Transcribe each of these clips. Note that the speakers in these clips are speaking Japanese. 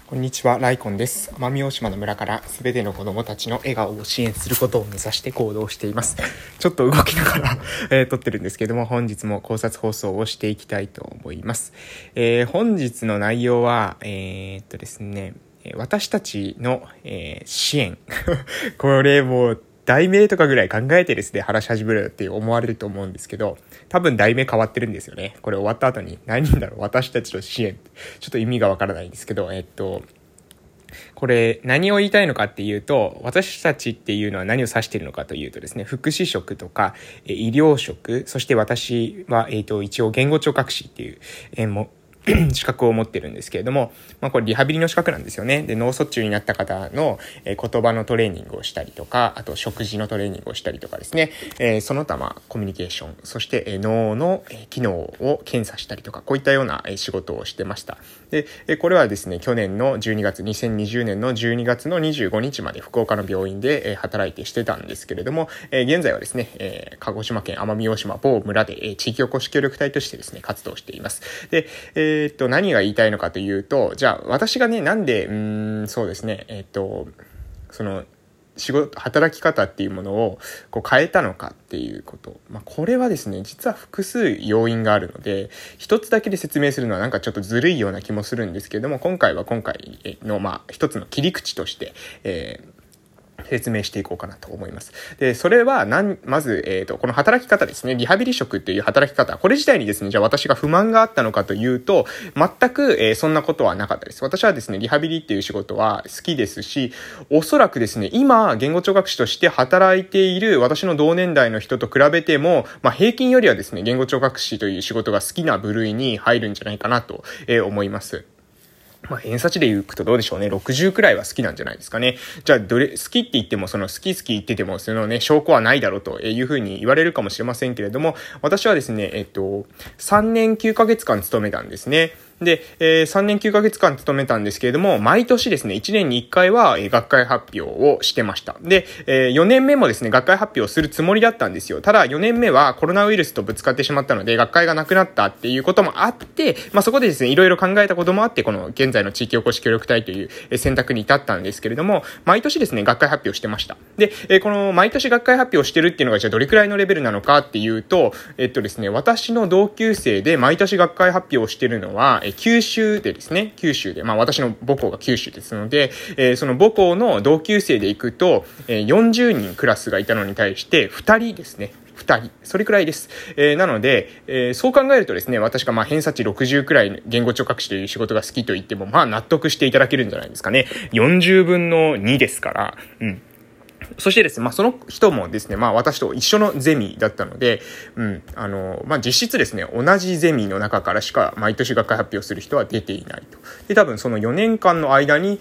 こんにちは、ライコンです。奄美大島の村からすべての子供たちの笑顔を支援することを目指して行動しています。ちょっと動きながら撮ってるんですけども、本日も考察放送をしていきたいと思います。本日の内容は、ですね、私たちの、支援。これもう、題名とかぐらい考えてですね、話し始めるって思われると思うんですけど、多分題名変わってるんですよね。これ終わった後に、何だろう、私たちの支援。ちょっと意味がわからないんですけど、これ何を言いたいのかっていうと、私たちっていうのは何を指しているのかというとですね、福祉職とか医療職、そして私は一応言語聴覚士っていう、資格を持ってるんですけれども、これリハビリの資格なんですよね。で、脳卒中になった方の、言葉のトレーニングをしたりとか、あと食事のトレーニングをしたりとかですね、その他コミュニケーション、そして、脳の、機能を検査したりとか、こういったような、仕事をしてました。で、これはですね、去年の2020年の12月の25日まで福岡の病院で、働いてしてたんですけれども、現在はですね、鹿児島県奄美大島某村で、地域おこし協力隊としてですね、活動しています。で、何が言いたいのかというと、じゃあ私がね、なんで、そうですね、その、働き方っていうものを変えたのかっていうこと。これはですね、実は複数要因があるので、一つだけで説明するのはなんかちょっとずるいような気もするんですけれども、今回の一つの切り口として、説明していこうかなと思います。で、それはまず、この働き方ですね、リハビリ職っていう働き方、これ自体にですね、じゃあ私が不満があったのかというと、全く、そんなことはなかったです。私はですね、リハビリっていう仕事は好きですし、おそらくですね、今、言語聴覚士として働いている私の同年代の人と比べても、平均よりはですね、言語聴覚士という仕事が好きな部類に入るんじゃないかなと、思います。偏差値で言うとどうでしょうね。60くらいは好きなんじゃないですかね。じゃあ、好きって言っても、好き言ってても、そのね、証拠はないだろうというふうに言われるかもしれませんけれども、私はですね、3年9ヶ月間勤めたんですね。で、3年9ヶ月間勤めたんですけれども、毎年ですね、1年に1回は、学会発表をしてました。で、4年目もですね、学会発表するつもりだったんですよ。ただ、4年目はコロナウイルスとぶつかってしまったので、学会がなくなったっていうこともあって、そこでですね、いろいろ考えたこともあって、この現在の地域おこし協力隊という選択に至ったんですけれども、毎年ですね、学会発表してました。で、この毎年学会発表してるっていうのが、じゃあどれくらいのレベルなのかっていうと、ですね、私の同級生で毎年学会発表をしてるのは、九州でですね、九州で、私の母校が九州ですので、その母校の同級生で行くと、40人クラスがいたのに対して2人ですね。2人。それくらいです。なので、そう考えるとですね、私が偏差値60くらい言語聴覚士という仕事が好きと言っても、納得していただけるんじゃないですかね。40分の2ですから、そしてですね、その人もですね、私と一緒のゼミだったので、実質ですね、同じゼミの中からしか毎年学会発表する人は出ていないと。で、多分その4年間の間に、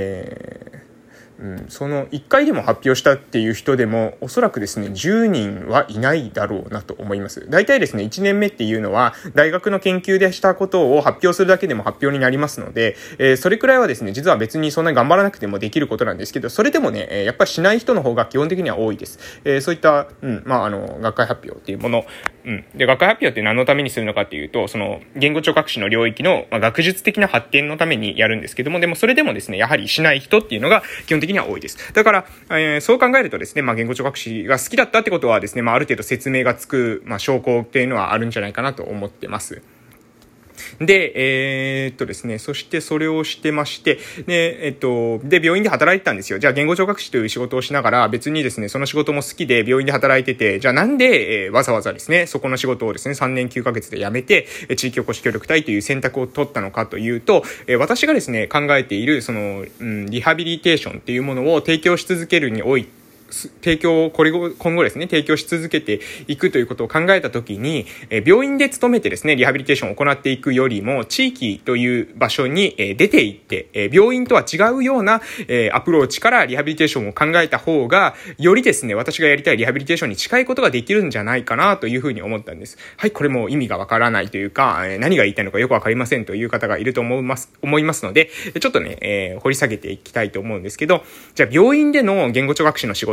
その1回でも発表したっていう人でもおそらくですね10人はいないだろうなと思います。大体ですね1年目っていうのは大学の研究でしたことを発表するだけでも発表になりますので、それくらいはですね実は別にそんなに頑張らなくてもできることなんですけど、それでもね、やっぱりしない人の方が基本的には多いです。そういった、学会発表っていうもの、で学会発表って何のためにするのかっていうと、その言語聴覚士の領域の、学術的な発展のためにやるんですけども、でもそれでもですねやはりしない人っていうのが基本的には多いです。だから、そう考えるとですね、言語聴覚士が好きだったってことはですね、ある程度説明がつく、証拠っていうのはあるんじゃないかなと思ってます。で、ですね、そしてそれをしてまして、で、病院で働いてたんですよ。じゃあ、言語聴覚士という仕事をしながら、別にですね、その仕事も好きで病院で働いてて、じゃあなんで、わざわざですね、そこの仕事をですね、3年9ヶ月で辞めて、地域おこし協力隊という選択を取ったのかというと、私がですね、考えている、リハビリテーションっていうものを提供し続けるにおいて、今後ですね、提供し続けていくということを考えたときに、病院で勤めてですね、リハビリテーションを行っていくよりも、地域という場所に出て行って、病院とは違うようなアプローチからリハビリテーションを考えた方が、よりですね、私がやりたいリハビリテーションに近いことができるんじゃないかなというふうに思ったんです。はい、これも意味がわからないというか、何が言いたいのかよくわかりませんという方がいると思いますので、ちょっとね、掘り下げていきたいと思うんですけど、じゃあ病院での言語聴覚士の仕事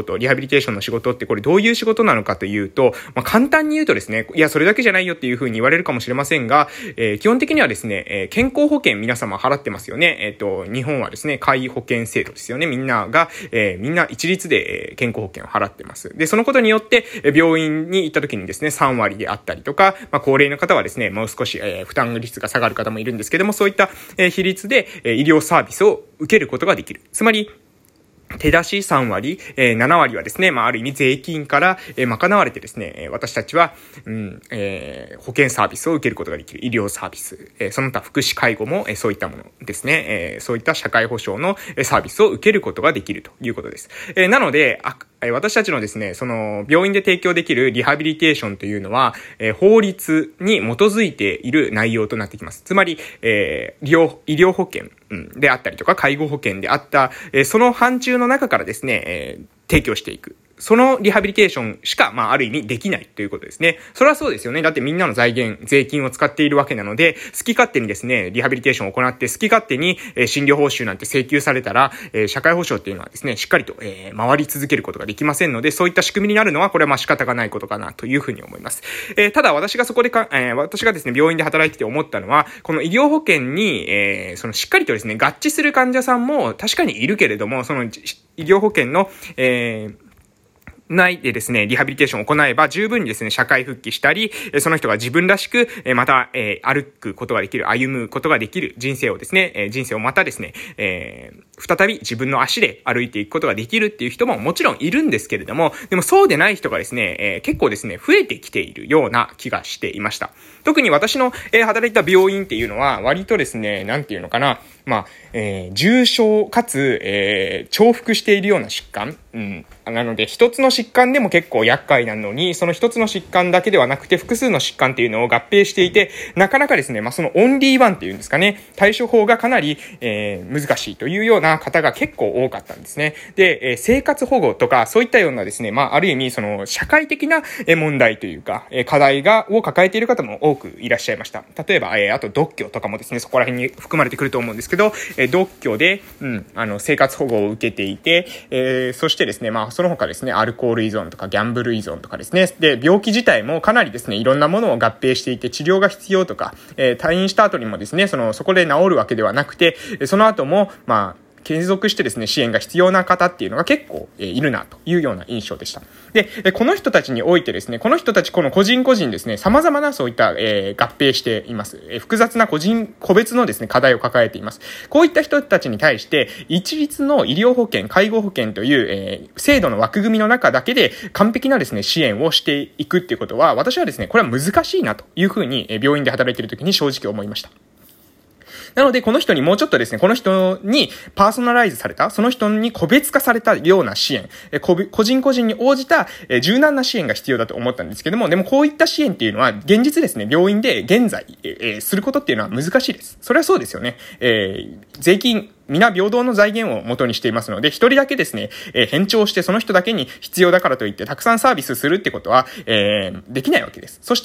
事、リハビリテーションの仕事ってこれどういう仕事なのかというと、簡単に言うとですね、いや、それだけじゃないよっていうふうに言われるかもしれませんが、基本的にはですね、健康保険皆様払ってますよね。日本はですね、皆保険制度ですよね。みんな一律で健康保険を払ってます。で、そのことによって、病院に行った時にですね、3割であったりとか、高齢の方はですね、もう少し、負担率が下がる方もいるんですけども、そういった、比率で、医療サービスを受けることができる。つまり、手出し3割、7割はですね、ある意味税金から、賄われてですね、私たちは、保険サービスを受けることができる。医療サービス、その他福祉介護も、そういったものですね、そういった社会保障のサービスを受けることができるということです。なので、私たちのですね、その病院で提供できるリハビリテーションというのは、法律に基づいている内容となってきます。つまり、医療保険であったりとか、介護保険であった、その範疇の中からですね、提供していく。そのリハビリテーションしか、ある意味できないということですね。それはそうですよね。だってみんなの財源、税金を使っているわけなので、好き勝手にですね、リハビリテーションを行って、好き勝手に、診療報酬なんて請求されたら、社会保障っていうのはですね、しっかりと、回り続けることができませんので、そういった仕組みになるのは、これは仕方がないことかなというふうに思います。ただ私が私がですね、病院で働いてて思ったのは、この医療保険に、しっかりとですね、合致する患者さんも確かにいるけれども、その医療保険の、内でですね、リハビリテーションを行えば十分にですね、社会復帰したり、その人が自分らしく、また、歩くことができる、歩むことができる人生をですね、人生をまたですね、再び自分の足で歩いていくことができるっていう人ももちろんいるんですけれども、でもそうでない人がですね、結構ですね、増えてきているような気がしていました。特に私の、働いた病院っていうのは、割とですね、なんていうのかな、重症かつ、重複しているような疾患、なので一つの疾患でも結構厄介なのに、その一つの疾患だけではなくて複数の疾患っていうのを合併していて、なかなかですね、そのオンリーワンっていうんですかね、対処法がかなり、難しいというような方が結構多かったんですね。で、生活保護とかそういったようなですね、ある意味その社会的な問題というか、課題を抱えている方も多くいらっしゃいました。例えば、あと独居とかもですね、そこら辺に含まれてくると思うんですけど、独居で、生活保護を受けていて、そしてですね、その他ですね、アルコール依存とかギャンブル依存とかですね、で、病気自体もかなりですね、いろんなものを合併していて治療が必要とか、退院した後にもですね、そこで治るわけではなくて、その後も、継続してですね、支援が必要な方っていうのが結構いるなというような印象でした。で、この人たちにおいてですね、この個人個人ですね、様々なそういった、合併しています。複雑な個別のですね、課題を抱えています。こういった人たちに対して、一律の医療保険、介護保険という、制度の枠組みの中だけで完璧なですね、支援をしていくっていうことは、私はですね、これは難しいなというふうに、病院で働いている時に正直思いました。なので、この人にもうちょっとですね、この人にパーソナライズされた、その人に個別化されたような支援、個人個人に応じた柔軟な支援が必要だと思ったんですけども、でもこういった支援っていうのは、現実ですね、病院で現在、することっていうのは難しいです。それはそうですよね。税金、皆平等の財源を元にしていますので、一人だけですね、偏重してその人だけに必要だからといってたくさんサービスするってことは、できないわけです。そして、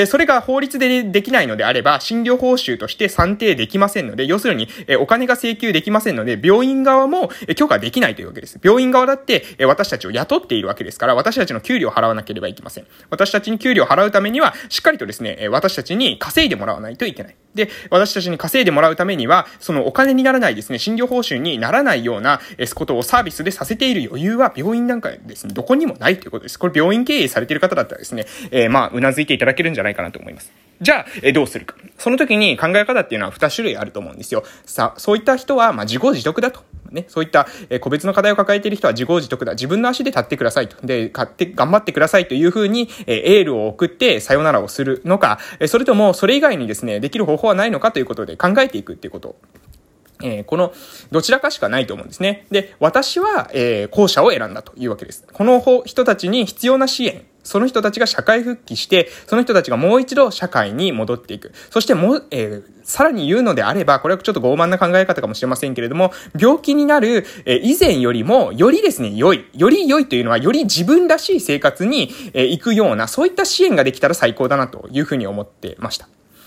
それが法律でできないのであれば、診療報酬として算定できませんので、要するに、お金が請求できませんので、病院側も許可できないというわけです。病院側だって、私たちを雇っているわけですから、私たちの給料を払わなければいけません。私たちに給料を払うためには、しっかりとですね、私たちに稼いでもらわないといけない。で、私たちに稼いでもらうためには、そのお金にならないですね、診療報酬にならないようなことをサービスでさせている余裕は病院なんかですね、どこにもないということです。これ病院経営されている方だったらですね、うなずいていただけるんじゃないかなと思います。じゃあ、どうするか。その時に考え方っていうのは2種類あると思うんですよ。そういった人は、自業自得だと。ね、そういった、個別の課題を抱えている人は自業自得だ。自分の足で立ってくださいと。で、頑張ってくださいというふうに、エールを送ってさよならをするのか、それともそれ以外にですね、できる方法はないのかということで考えていくっていうこと。このどちらかしかないと思うんですね。で、私は、後者を選んだというわけです。この人たちに必要な支援、その人たちが社会復帰して、その人たちがもう一度社会に戻っていく。そしてさらに言うのであれば、これはちょっと傲慢な考え方かもしれませんけれども、病気になる、以前よりも、よりですね、より良いというのは、より自分らしい生活に、行くような、そういった支援ができたら最高だなというふうに思ってました。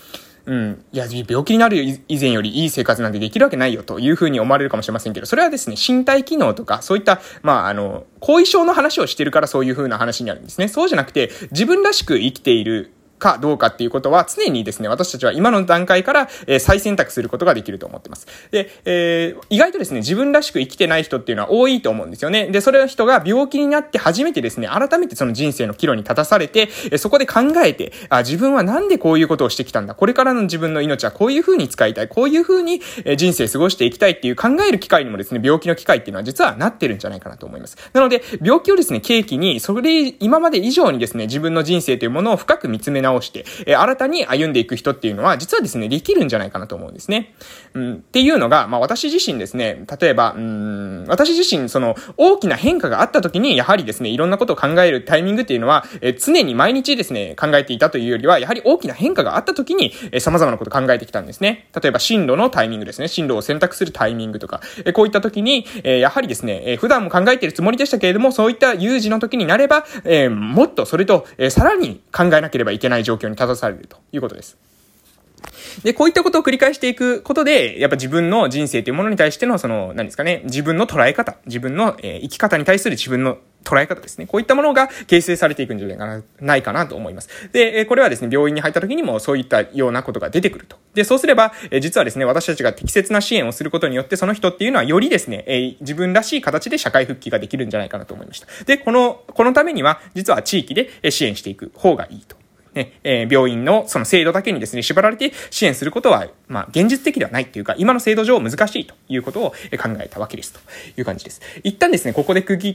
いや、病気になる以前よりいい生活なんてできるわけないよというふうに思われるかもしれませんけど、それはですね、身体機能とか、そういった、後遺症の話をしてるからそういうふうな話になるんですね。そうじゃなくて、自分らしく生きているかどうかっていうことは常にですね、私たちは今の段階から、再選択することができると思ってます。で、意外とですね、自分らしく生きてない人っていうのは多いと思うんですよね。で、それの人が病気になって初めてですね、改めてその人生の岐路に立たされて、そこで考えて、自分はなんでこういうことをしてきたんだ。これからの自分の命はこういう風に使いたい。こういう風に人生過ごしていきたいっていう考える機会にもですね、病気の機会っていうのは実はなってるんじゃないかなと思います。なので、病気をですね、契機に、今まで以上にですね、自分の人生というものを深く見つめ直して、新たに歩んでいく人っていうのは、実はですね、できるんじゃないかなと思うんですね。っていうのが、私自身ですね、例えば、私自身、大きな変化があった時に、やはりですね、いろんなことを考えるタイミングっていうのは、常に毎日ですね、考えていたというよりは、やはり大きな変化があった時に、様々なことを考えてきたんですね。例えば、進路のタイミングですね、進路を選択するタイミングとか、こういった時に、やはりですね、普段も考えているつもりでしたけれども、そういった有事の時になれば、もっとそれと、さらに考えなければいけない状況に立たされるということです。で、こういったことを繰り返していくことで、やっぱ自分の人生というものに対しての、何ですかね、自分の捉え方、自分の、生き方に対する自分の捉え方ですね。こういったものが形成されていくんじゃないかなと思います。で、これはですね、病院に入った時にもそういったようなことが出てくると。で、そうすれば、実はですね、私たちが適切な支援をすることによって、その人っていうのはよりですね、自分らしい形で社会復帰ができるんじゃないかなと思いました。で、このためには、実は地域で支援していく方がいいと。病院のその制度だけにですね、縛られて支援することは、現実的ではないっていうか、今の制度上難しいということを考えたわけですという感じです。一旦ですね、ここで区切って、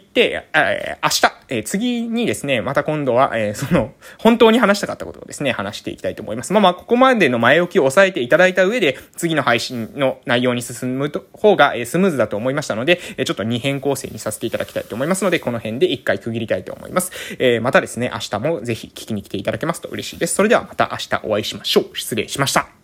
明日、次にですね、また今度は、本当に話したかったことをですね、話していきたいと思います。ここまでの前置きを押さえていただいた上で、次の配信の内容に進む方がスムーズだと思いましたので、ちょっと2変構成にさせていただきたいと思いますので、この辺で一回区切りたいと思います。またですね、明日もぜひ聞きに来ていただけますと嬉しいです。それではまた明日お会いしましょう。失礼しました。